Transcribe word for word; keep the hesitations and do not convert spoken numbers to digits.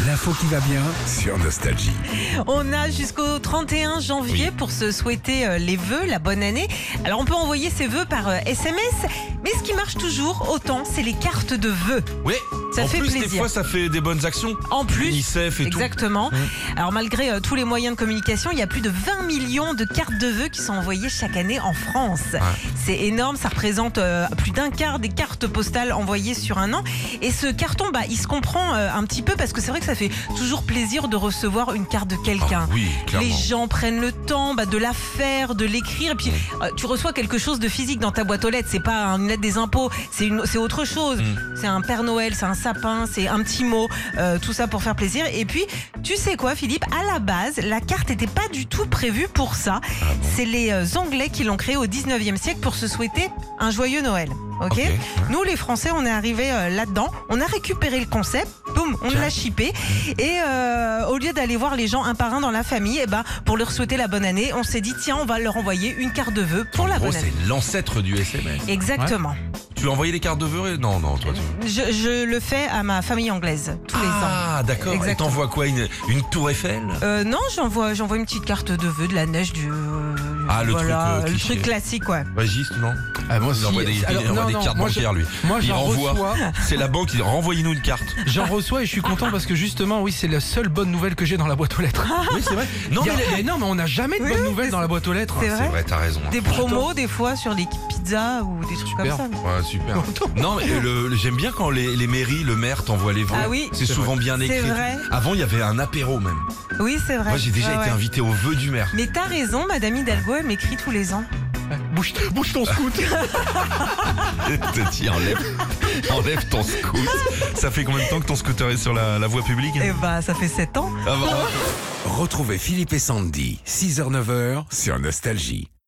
L'info qui va bien sur Nostalgie. On a jusqu'au trente et un janvier Oui. pour se souhaiter euh, les vœux, la bonne année. Alors on peut envoyer ses vœux par euh, S M S, mais ce qui marche toujours autant, c'est les cartes de vœux. Oui. Ça en fait plus, plaisir. des fois, ça fait des bonnes actions. En plus, UNICEF et exactement. tout. Alors malgré euh, tous les moyens de communication, il y a plus de vingt millions de cartes de vœux qui sont envoyées chaque année en France. Ouais. C'est énorme, ça représente euh, plus d'un quart des cartes postales envoyées sur un an. Et ce carton, bah, il se comprend euh, un petit peu parce que c'est vrai que ça fait toujours plaisir de recevoir une carte de quelqu'un. Ah, oui, clairement. Les gens prennent le temps bah, de la faire, de l'écrire. Et puis Mm. euh, tu reçois quelque chose de physique dans ta boîte aux lettres. C'est pas une lettre des impôts, c'est une, c'est autre chose. Mm. C'est un Père Noël, c'est un sapin, c'est un petit mot. euh, tout ça pour faire plaisir. Et puis, tu sais quoi, Philippe? À la base, la carte n'était pas du tout prévue pour ça. Ah bon. C'est les euh, Anglais qui l'ont créée au dix-neuvième siècle pour se souhaiter un joyeux Noël. Ok, Ok, ouais. Nous, les Français, on est arrivés euh, là-dedans. On a récupéré le concept. Boum, on Tiens. l'a chippé. Et euh, au lieu d'aller voir les gens un par un dans la famille, et ben, pour leur souhaiter la bonne année, on s'est dit tiens, on va leur envoyer une carte de vœux pour En la gros, bonne année. c'est l'ancêtre du S M S. Exactement. Tu as envoyé les cartes de vœux? Non, non, toi tu... Je, je le fais à ma famille anglaise tous les ans. Ah, d'accord. Et Exactement. t'envoies quoi, une, une tour Eiffel? Euh, non, j'envoie, j'envoie une petite carte de vœux, de la neige, du. euh, Ah, le voilà, truc, euh, le cliché. truc classique, ouais. Régis, non? Ah, moi Il aussi. envoie des, il Alors, envoie non, des non, cartes moi, bancaires, lui. Moi, Il j'en renvoie. reçois. C'est la banque qui dit renvoyez-nous une carte. J'en reçois et je suis content parce que justement, oui, c'est la seule bonne nouvelle que j'ai dans la boîte aux lettres. Oui, c'est vrai. Non, Il y a- mais les- mais non, mais on n'a jamais de Oui, bonnes oui, nouvelles mais dans la boîte aux lettres. c'est c'est vrai. vrai, t'as raison. Des promos, des fois, sur les pizzas ou des trucs Super. comme ça. Ouais, super. Non, mais le, le- j'aime bien quand les, les mairies, le maire t'envoie les vœux. Ah oui. C'est C'est souvent bien C'est écrit. vrai. Avant, il y avait un apéro même. Oui, c'est vrai. Moi, j'ai déjà Ouais, été ouais. invité au vœu du maire. Mais t'as raison, Madame Hidalgo, elle m'écrit tous les ans. Bouge, bouge ton scout. Te dis, enlève, enlève ton scooter. Ça fait combien de temps que ton scooter est sur la, la voie publique? Eh bah, ça fait sept ans. Ah bah, Retrouvez Philippe et Sandy, six heures neuf heures sur Nostalgie.